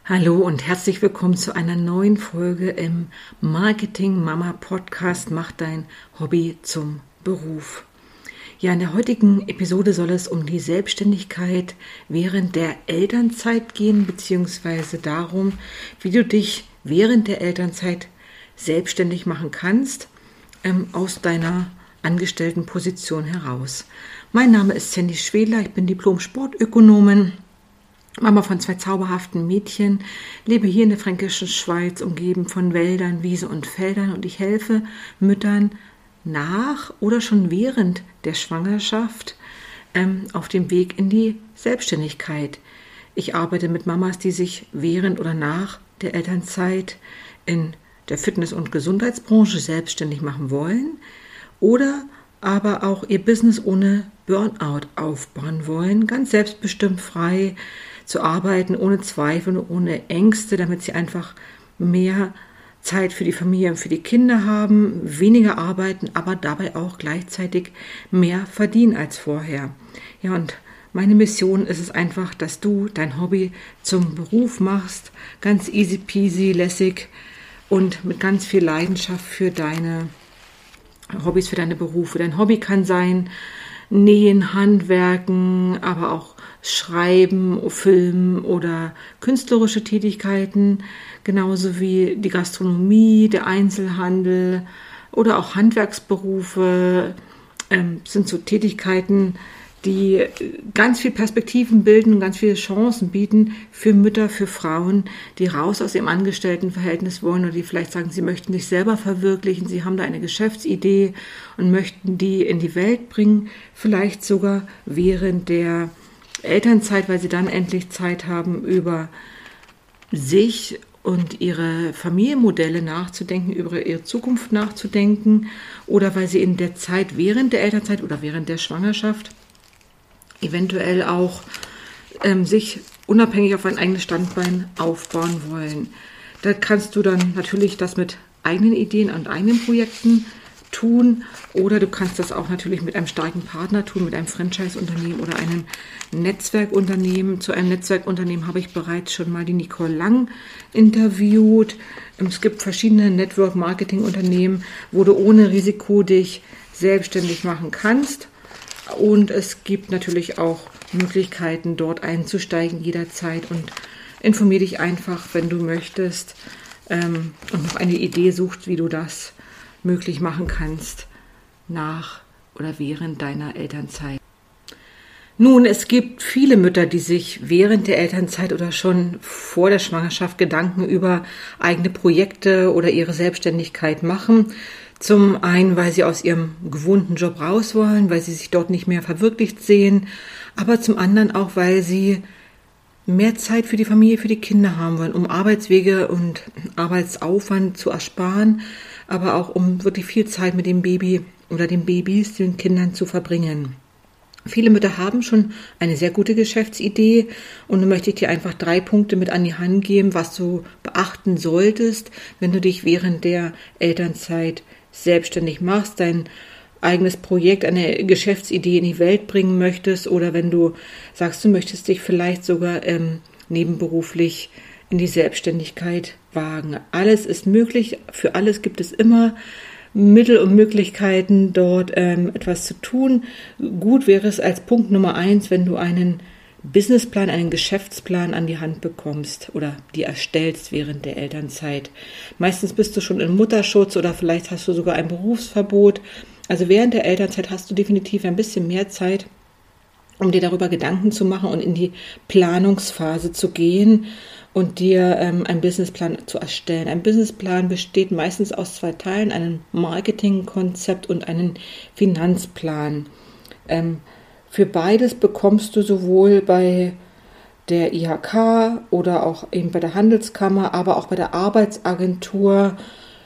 Hallo und herzlich willkommen zu einer neuen Folge im Marketing Mama Podcast Mach dein Hobby zum Beruf. Ja, in der heutigen Episode soll es um die Selbstständigkeit während der Elternzeit gehen, beziehungsweise darum, wie du dich während der Elternzeit selbstständig machen kannst, aus deiner Angestelltenposition heraus. Mein Name ist Sandy Schwedler, ich bin Diplom-Sportökonomin, Mama von 2 zauberhaften Mädchen, lebe hier in der fränkischen Schweiz, umgeben von Wäldern, Wiese und Feldern, und ich helfe Müttern nach oder schon während der Schwangerschaft auf dem Weg in die Selbstständigkeit. Ich arbeite mit Mamas, die sich während oder nach der Elternzeit in der Fitness- und Gesundheitsbranche selbstständig machen wollen oder aber auch ihr Business ohne Burnout aufbauen wollen, ganz selbstbestimmt frei zu arbeiten, ohne Zweifel, ohne Ängste, damit sie einfach mehr Zeit für die Familie und für die Kinder haben, weniger arbeiten, aber dabei auch gleichzeitig mehr verdienen als vorher. Ja, und meine Mission ist es einfach, dass du dein Hobby zum Beruf machst, ganz easy peasy, lässig und mit ganz viel Leidenschaft für deine Hobbys, für deine Berufe. Dein Hobby kann sein Nähen, Handwerken, aber auch Schreiben, Filmen oder künstlerische Tätigkeiten, genauso wie die Gastronomie, der Einzelhandel oder auch Handwerksberufe, sind so Tätigkeiten, die ganz viel Perspektiven bilden und ganz viele Chancen bieten für Mütter, für Frauen, die raus aus ihrem Angestelltenverhältnis wollen oder die vielleicht sagen, sie möchten sich selber verwirklichen, sie haben da eine Geschäftsidee und möchten die in die Welt bringen, vielleicht sogar während der Elternzeit, weil sie dann endlich Zeit haben, über sich und ihre Familienmodelle nachzudenken, über ihre Zukunft nachzudenken, oder weil sie in der Zeit während der Elternzeit oder während der Schwangerschaft eventuell auch sich unabhängig auf ein eigenes Standbein aufbauen wollen. Da kannst du dann natürlich das mit eigenen Ideen und eigenen Projekten tun, oder du kannst das auch natürlich mit einem starken Partner tun, mit einem Franchise-Unternehmen oder einem Netzwerkunternehmen. Zu einem Netzwerkunternehmen habe ich bereits schon mal die Nicole Lang interviewt. Es gibt verschiedene Network-Marketing-Unternehmen, wo du ohne Risiko dich selbstständig machen kannst. Und es gibt natürlich auch Möglichkeiten, dort einzusteigen jederzeit, und informiere dich einfach, wenn du möchtest und noch eine Idee suchst, wie du das möglich machen kannst nach oder während deiner Elternzeit. Nun, es gibt viele Mütter, die sich während der Elternzeit oder schon vor der Schwangerschaft Gedanken über eigene Projekte oder ihre Selbstständigkeit machen. Zum einen, weil sie aus ihrem gewohnten Job raus wollen, weil sie sich dort nicht mehr verwirklicht sehen, aber zum anderen auch, weil sie mehr Zeit für die Familie, für die Kinder haben wollen, um Arbeitswege und Arbeitsaufwand zu ersparen, aber auch um wirklich viel Zeit mit dem Baby oder den Babys, den Kindern zu verbringen. Viele Mütter haben schon eine sehr gute Geschäftsidee, und da möchte ich dir einfach 3 Punkte mit an die Hand geben, was du beachten solltest, wenn du dich während der Elternzeit selbstständig machst, dein eigenes Projekt, eine Geschäftsidee in die Welt bringen möchtest, oder wenn du sagst, du möchtest dich vielleicht sogar nebenberuflich in die Selbstständigkeit wagen. Alles ist möglich, für alles gibt es immer Mittel und Möglichkeiten, dort etwas zu tun. Gut wäre es als Punkt Nummer 1, wenn du einen Businessplan, einen Geschäftsplan an die Hand bekommst oder die erstellst während der Elternzeit. Meistens bist du schon in Mutterschutz oder vielleicht hast du sogar ein Berufsverbot. Also während der Elternzeit hast du definitiv ein bisschen mehr Zeit, um dir darüber Gedanken zu machen und in die Planungsphase zu gehen und dir einen Businessplan zu erstellen. Ein Businessplan besteht meistens aus 2 Teilen, einem Marketingkonzept und einem Finanzplan. Für beides bekommst du sowohl bei der IHK oder auch eben bei der Handelskammer, aber auch bei der Arbeitsagentur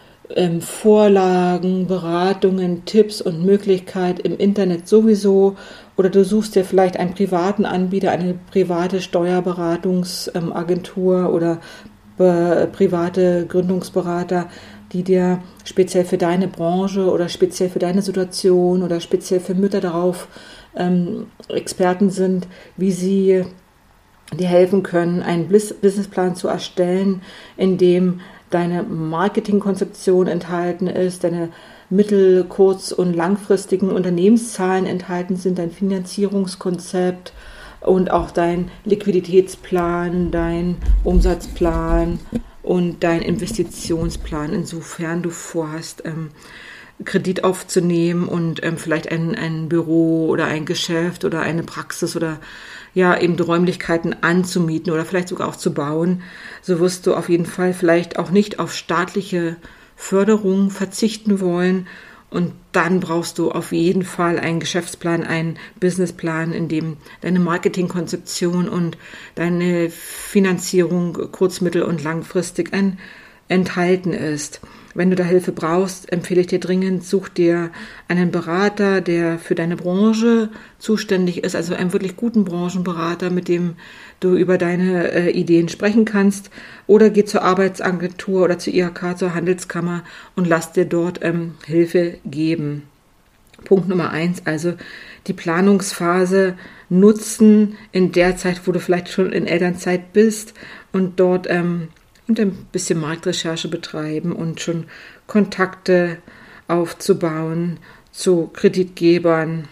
Vorlagen, Beratungen, Tipps und Möglichkeiten im Internet sowieso. Oder du suchst dir vielleicht einen privaten Anbieter, eine private Steuerberatungsagentur oder private Gründungsberater, die dir speziell für deine Branche oder speziell für deine Situation oder speziell für Mütter darauf Experten sind, wie sie dir helfen können, einen Businessplan zu erstellen, in dem deine Marketingkonzeption enthalten ist, deine mittel-, kurz- und langfristigen Unternehmenszahlen enthalten sind, dein Finanzierungskonzept und auch dein Liquiditätsplan, dein Umsatzplan und dein Investitionsplan, insofern du vorhast, Kredit aufzunehmen und vielleicht ein Büro oder ein Geschäft oder eine Praxis oder ja eben Räumlichkeiten anzumieten oder vielleicht sogar auch zu bauen. So wirst du auf jeden Fall vielleicht auch nicht auf staatliche Förderung verzichten wollen. Und dann brauchst du auf jeden Fall einen Geschäftsplan, einen Businessplan, in dem deine Marketingkonzeption und deine Finanzierung kurz-, mittel- und langfristig enthalten ist. Wenn du da Hilfe brauchst, empfehle ich dir dringend, such dir einen Berater, der für deine Branche zuständig ist, also einen wirklich guten Branchenberater, mit dem du über deine Ideen sprechen kannst, oder geh zur Arbeitsagentur oder zur IHK, zur Handelskammer und lass dir dort Hilfe geben. Punkt Nummer 1, also die Planungsphase nutzen in der Zeit, wo du vielleicht schon in Elternzeit bist und dort und ein bisschen Marktrecherche betreiben und schon Kontakte aufzubauen zu Kreditgebern,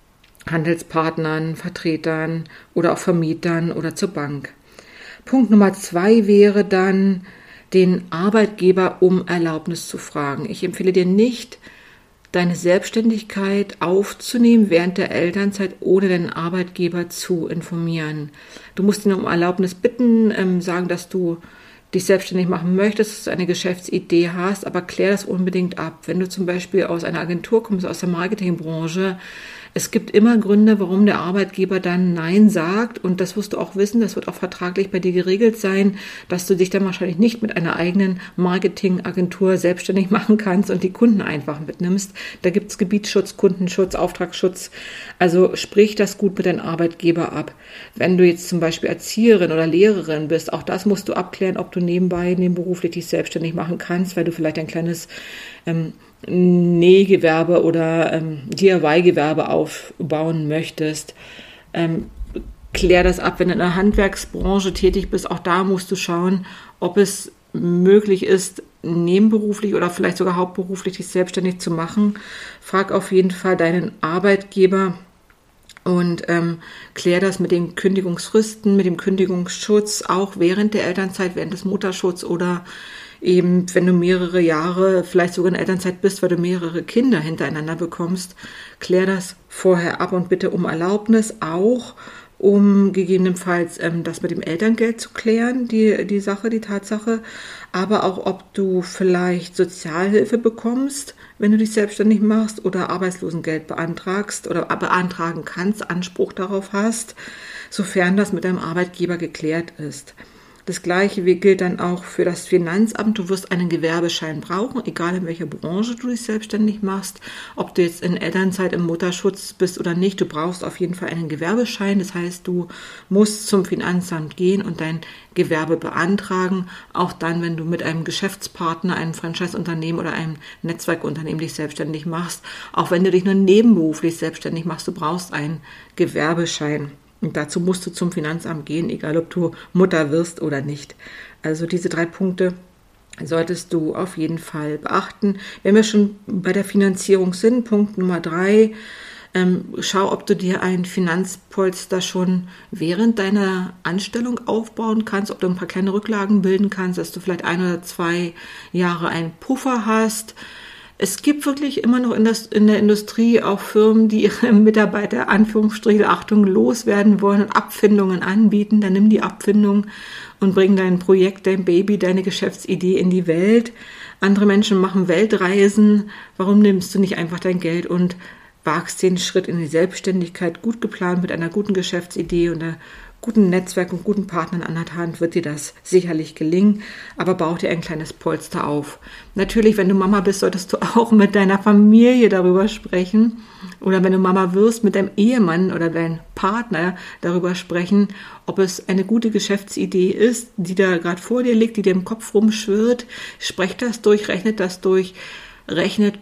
Handelspartnern, Vertretern oder auch Vermietern oder zur Bank. Punkt Nummer 2 wäre dann, den Arbeitgeber um Erlaubnis zu fragen. Ich empfehle dir nicht, deine Selbstständigkeit aufzunehmen während der Elternzeit, ohne deinen Arbeitgeber zu informieren. Du musst ihn um Erlaubnis bitten, sagen, dass du dich selbstständig machen möchtest, dass du eine Geschäftsidee hast, aber klär das unbedingt ab. Wenn du zum Beispiel aus einer Agentur kommst, aus der Marketingbranche, es gibt immer Gründe, warum der Arbeitgeber dann Nein sagt, und das wirst du auch wissen, das wird auch vertraglich bei dir geregelt sein, dass du dich dann wahrscheinlich nicht mit einer eigenen Marketingagentur selbstständig machen kannst und die Kunden einfach mitnimmst. Da gibt es Gebietsschutz, Kundenschutz, Auftragsschutz, also sprich das gut mit deinem Arbeitgeber ab. Wenn du jetzt zum Beispiel Erzieherin oder Lehrerin bist, auch das musst du abklären, ob du nebenberuflich dich selbstständig machen kannst, weil du vielleicht ein kleines Nähgewerbe oder DIY-Gewerbe aufbauen möchtest. Klär das ab, wenn du in der Handwerksbranche tätig bist. Auch da musst du schauen, ob es möglich ist, nebenberuflich oder vielleicht sogar hauptberuflich dich selbstständig zu machen. Frag auf jeden Fall deinen Arbeitgeber und klär das mit den Kündigungsfristen, mit dem Kündigungsschutz, auch während der Elternzeit, während des Mutterschutzes oder eben, wenn du mehrere Jahre, vielleicht sogar in Elternzeit bist, weil du mehrere Kinder hintereinander bekommst, klär das vorher ab und bitte um Erlaubnis, auch um gegebenenfalls das mit dem Elterngeld zu klären, die Sache, die Tatsache, aber auch, ob du vielleicht Sozialhilfe bekommst, wenn du dich selbstständig machst, oder Arbeitslosengeld beantragst oder beantragen kannst, Anspruch darauf hast, sofern das mit deinem Arbeitgeber geklärt ist. Das Gleiche gilt dann auch für das Finanzamt. Du wirst einen Gewerbeschein brauchen, egal in welcher Branche du dich selbstständig machst. Ob du jetzt in Elternzeit im Mutterschutz bist oder nicht, du brauchst auf jeden Fall einen Gewerbeschein. Das heißt, du musst zum Finanzamt gehen und dein Gewerbe beantragen. Auch dann, wenn du mit einem Geschäftspartner, einem Franchise-Unternehmen oder einem Netzwerkunternehmen dich selbstständig machst. Auch wenn du dich nur nebenberuflich selbstständig machst, du brauchst einen Gewerbeschein. Und dazu musst du zum Finanzamt gehen, egal ob du Mutter wirst oder nicht. Also diese 3 Punkte solltest du auf jeden Fall beachten. Wenn wir schon bei der Finanzierung sind, Punkt Nummer 3, schau, ob du dir ein Finanzpolster schon während deiner Anstellung aufbauen kannst, ob du ein paar kleine Rücklagen bilden kannst, dass du vielleicht 1 oder 2 Jahre einen Puffer hast. Es gibt wirklich immer noch in der Industrie auch Firmen, die ihre Mitarbeiter, Anführungsstriche, Achtung, loswerden wollen und Abfindungen anbieten. Dann nimm die Abfindung und bring dein Projekt, dein Baby, deine Geschäftsidee in die Welt. Andere Menschen machen Weltreisen. Warum nimmst du nicht einfach dein Geld und wagst den Schritt in die Selbstständigkeit, gut geplant mit einer guten Geschäftsidee und einer guten Netzwerk und guten Partnern an der Hand wird dir das sicherlich gelingen, aber bau dir ein kleines Polster auf. Natürlich, wenn du Mama bist, solltest du auch mit deiner Familie darüber sprechen oder wenn du Mama wirst, mit deinem Ehemann oder deinem Partner darüber sprechen, ob es eine gute Geschäftsidee ist, die da gerade vor dir liegt, die dir im Kopf rumschwirrt. Sprecht das durch, rechnet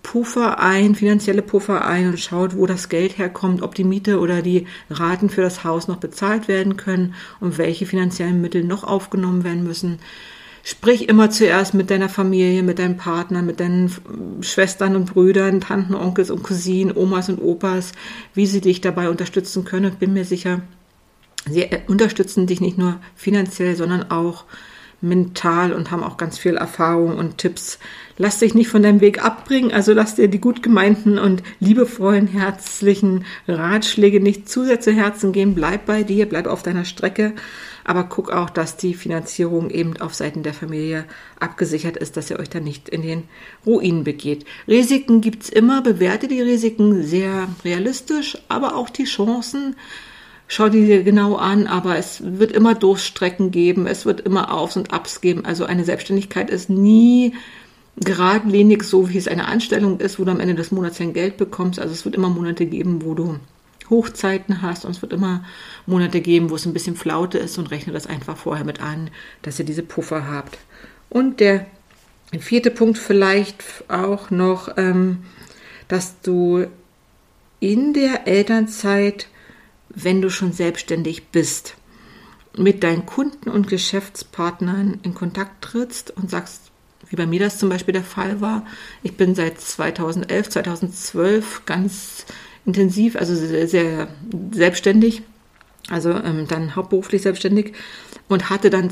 Puffer ein, finanzielle Puffer ein und schaut, wo das Geld herkommt, ob die Miete oder die Raten für das Haus noch bezahlt werden können und welche finanziellen Mittel noch aufgenommen werden müssen. Sprich immer zuerst mit deiner Familie, mit deinem Partner, mit deinen Schwestern und Brüdern, Tanten, Onkels und Cousinen, Omas und Opas, wie sie dich dabei unterstützen können. Und bin mir sicher, sie unterstützen dich nicht nur finanziell, sondern auch mental und haben auch ganz viel Erfahrung und Tipps. Lass dich nicht von deinem Weg abbringen, also lass dir die gut gemeinten und liebevollen, herzlichen Ratschläge nicht zu sehr zu Herzen gehen. Bleib bei dir, bleib auf deiner Strecke, aber guck auch, dass die Finanzierung eben auf Seiten der Familie abgesichert ist, dass ihr euch da nicht in den Ruin begeht. Risiken gibt's immer, bewerte die Risiken sehr realistisch, aber auch die Chancen. Schau die dir genau an, aber es wird immer Durststrecken geben, es wird immer Aufs und Abs geben. Also eine Selbstständigkeit ist nie geradlinig, so wie es eine Anstellung ist, wo du am Ende des Monats dein Geld bekommst. Also es wird immer Monate geben, wo du Hochzeiten hast und es wird immer Monate geben, wo es ein bisschen Flaute ist und rechne das einfach vorher mit an, dass ihr diese Puffer habt. Und der 4. Punkt vielleicht auch noch, dass du in der Elternzeit, wenn du schon selbstständig bist, mit deinen Kunden und Geschäftspartnern in Kontakt trittst und sagst, wie bei mir das zum Beispiel der Fall war. Ich bin seit 2011, 2012 ganz intensiv, also sehr, sehr selbstständig, also dann hauptberuflich selbstständig und hatte dann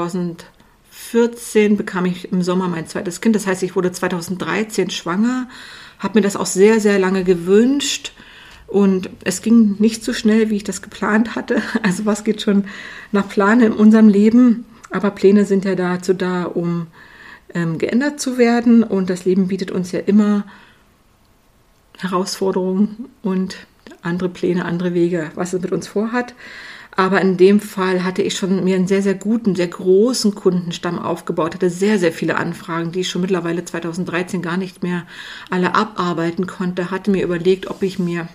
2014 bekam ich im Sommer mein zweites Kind. Das heißt, ich wurde 2013 schwanger, habe mir das auch sehr, sehr lange gewünscht. Und es ging nicht so schnell, wie ich das geplant hatte. Also was geht schon nach Plan in unserem Leben? Aber Pläne sind ja dazu da, um geändert zu werden. Und das Leben bietet uns ja immer Herausforderungen und andere Pläne, andere Wege, was es mit uns vorhat. Aber in dem Fall hatte ich schon mir einen sehr, sehr guten, sehr großen Kundenstamm aufgebaut, hatte sehr, sehr viele Anfragen, die ich schon mittlerweile 2013 gar nicht mehr alle abarbeiten konnte, hatte mir überlegt, ob ich mir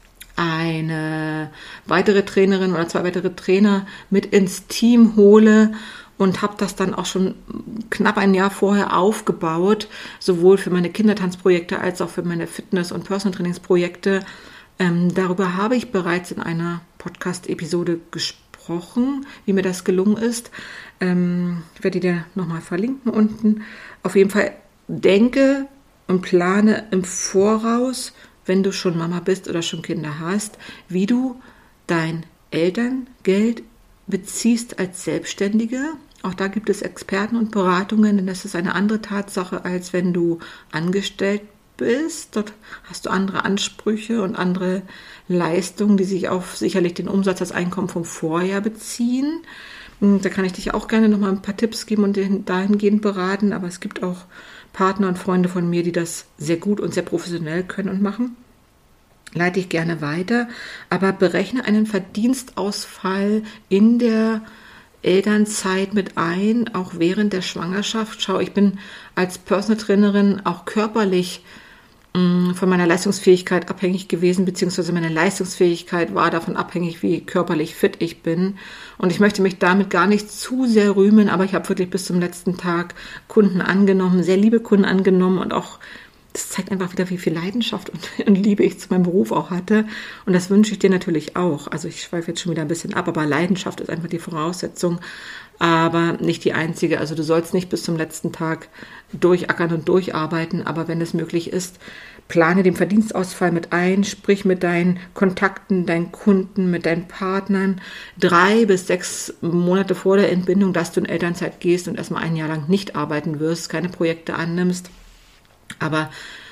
eine weitere Trainerin oder 2 weitere Trainer mit ins Team hole und habe das dann auch schon knapp ein Jahr vorher aufgebaut, sowohl für meine Kindertanzprojekte als auch für meine Fitness- und Personal-Trainingsprojekte. Darüber habe ich bereits in einer Podcast-Episode gesprochen, wie mir das gelungen ist. Ich werde die dir nochmal verlinken unten. Auf jeden Fall denke und plane im Voraus, wenn du schon Mama bist oder schon Kinder hast, wie du dein Elterngeld beziehst als Selbstständige. Auch da gibt es Experten und Beratungen, denn das ist eine andere Tatsache, als wenn du angestellt bist. Dort hast du andere Ansprüche und andere Leistungen, die sich auf sicherlich den Umsatz, das Einkommen vom Vorjahr beziehen. Da kann ich dich auch gerne nochmal ein paar Tipps geben und dahingehend beraten, aber es gibt auch Partner und Freunde von mir, die das sehr gut und sehr professionell können und machen. Leite ich gerne weiter, aber berechne einen Verdienstausfall in der Elternzeit mit ein, auch während der Schwangerschaft. Schau, ich bin als Personal Trainerin auch körperlich von meiner Leistungsfähigkeit abhängig gewesen, beziehungsweise meine Leistungsfähigkeit war davon abhängig, wie körperlich fit ich bin. Und ich möchte mich damit gar nicht zu sehr rühmen, aber ich habe wirklich bis zum letzten Tag Kunden angenommen, sehr liebe Kunden angenommen und auch, das zeigt einfach wieder, wie viel Leidenschaft und Liebe ich zu meinem Beruf auch hatte. Und das wünsche ich dir natürlich auch. Also ich schweife jetzt schon wieder ein bisschen ab, aber Leidenschaft ist einfach die Voraussetzung, aber nicht die einzige. Also du sollst nicht bis zum letzten Tag durchackern und durcharbeiten, aber wenn es möglich ist, plane den Verdienstausfall mit ein, sprich mit deinen Kontakten, deinen Kunden, mit deinen Partnern 3 bis 6 Monate vor der Entbindung, dass du in Elternzeit gehst und erstmal ein Jahr lang nicht arbeiten wirst, keine Projekte annimmst. Aber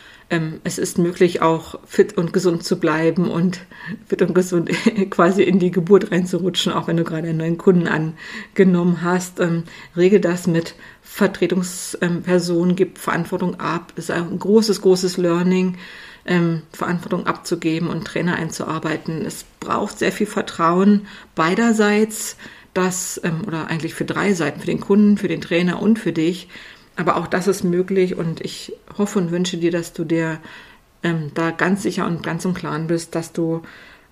es ist möglich, auch fit und gesund zu bleiben und fit und gesund quasi in die Geburt reinzurutschen, auch wenn du gerade einen neuen Kunden angenommen hast. Regel das mit Vertretungspersonen, gib Verantwortung ab. Das ist ein großes, großes Learning, Verantwortung abzugeben und Trainer einzuarbeiten. Es braucht sehr viel Vertrauen beiderseits, oder eigentlich für 3 Seiten, für den Kunden, für den Trainer und für dich. Aber auch das ist möglich und ich hoffe und wünsche dir, dass du dir da ganz sicher und ganz im Klaren bist, dass du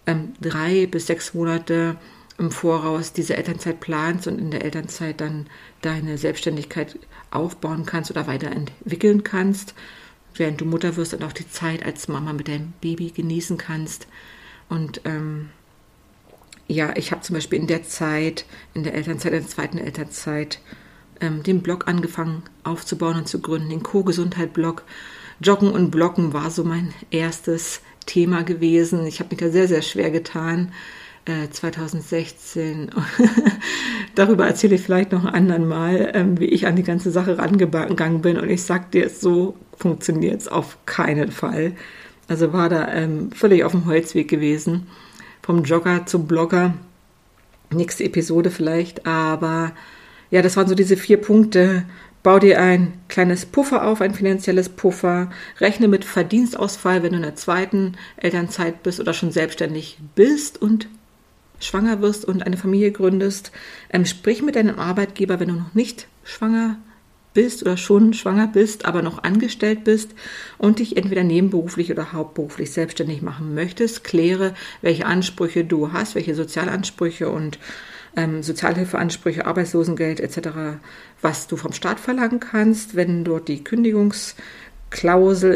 3 bis 6 Monate im Voraus diese Elternzeit planst und in der Elternzeit dann deine Selbstständigkeit aufbauen kannst oder weiterentwickeln kannst. während du Mutter wirst und auch die Zeit als Mama mit deinem Baby genießen kannst. Und ich habe zum Beispiel in der Zeit, in der Elternzeit, in der zweiten Elternzeit, den Blog angefangen aufzubauen und zu gründen, den Co-Gesundheit-Blog. Joggen und Bloggen war so mein erstes Thema gewesen. Ich habe mich da sehr, sehr schwer getan. 2016. Darüber erzähle ich vielleicht noch ein anderen Mal, wie ich an die ganze Sache rangegangen bin. Und ich sag dir, so funktioniert es auf keinen Fall. Also war da völlig auf dem Holzweg gewesen. Vom Jogger zum Blogger. Nächste Episode vielleicht. Aber ja, das waren so diese 4 Punkte. Bau dir ein kleines Puffer auf, ein finanzielles Puffer. Rechne mit Verdienstausfall, wenn du in der zweiten Elternzeit bist oder schon selbstständig bist und schwanger wirst und eine Familie gründest. Sprich mit deinem Arbeitgeber, wenn du noch nicht schwanger bist oder schon schwanger bist, aber noch angestellt bist und dich entweder nebenberuflich oder hauptberuflich selbstständig machen möchtest. Kläre, welche Ansprüche du hast, welche Sozialansprüche und Sozialhilfeansprüche, Arbeitslosengeld etc., was du vom Staat verlangen kannst, wenn dort die Kündigungsklausel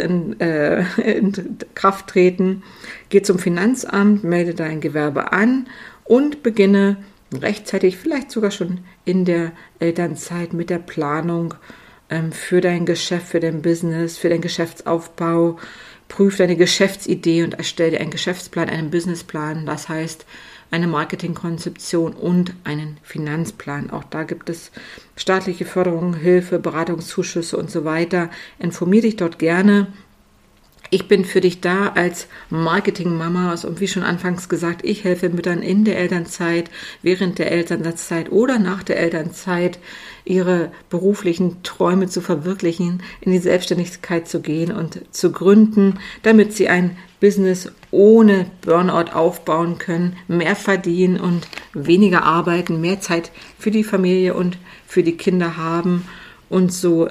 in Kraft treten. Geh zum Finanzamt, melde dein Gewerbe an und beginne rechtzeitig, vielleicht sogar schon in der Elternzeit mit der Planung für dein Geschäft, für dein Business, für deinen Geschäftsaufbau. Prüf deine Geschäftsidee und erstelle dir einen Geschäftsplan, einen Businessplan. Das heißt, eine Marketingkonzeption und einen Finanzplan. Auch da gibt es staatliche Förderung, Hilfe, Beratungszuschüsse und so weiter. Informier dich dort gerne. Ich bin für dich da als Marketing-Mama und wie schon anfangs gesagt, ich helfe Müttern in der Elternzeit, während der Elternzeit oder nach der Elternzeit ihre beruflichen Träume zu verwirklichen, in die Selbstständigkeit zu gehen und zu gründen, damit sie ein Business ohne Burnout aufbauen können, mehr verdienen und weniger arbeiten, mehr Zeit für die Familie und für die Kinder haben und so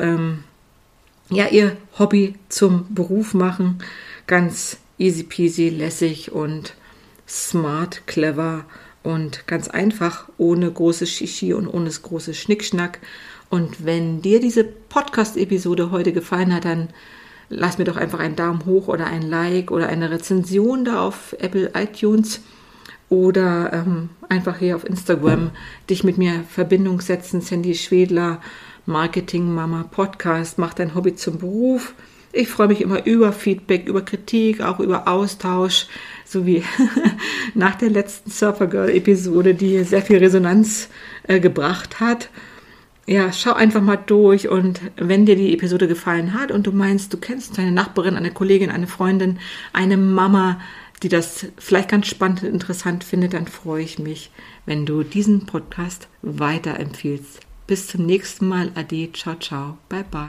ihr Hobby zum Beruf machen. Ganz easy peasy, lässig und smart, clever und ganz einfach, ohne großes Shishi und ohne großes Schnickschnack. Und wenn dir diese Podcast-Episode heute gefallen hat, dann lass mir doch einfach einen Daumen hoch oder ein Like oder eine Rezension da auf Apple iTunes oder einfach hier auf Instagram dich mit mir in Verbindung setzen. Sandy Schwedler, Marketing Mama Podcast, mach dein Hobby zum Beruf. Ich freue mich immer über Feedback, über Kritik, auch über Austausch, so wie nach der letzten Surfer Girl Episode, die sehr viel Resonanz gebracht hat. Ja, schau einfach mal durch und wenn dir die Episode gefallen hat und du meinst, du kennst deine Nachbarin, eine Kollegin, eine Freundin, eine Mama, die das vielleicht ganz spannend und interessant findet, dann freue ich mich, wenn du diesen Podcast weiterempfiehlst. Bis zum nächsten Mal. Ade, ciao, ciao, bye, bye.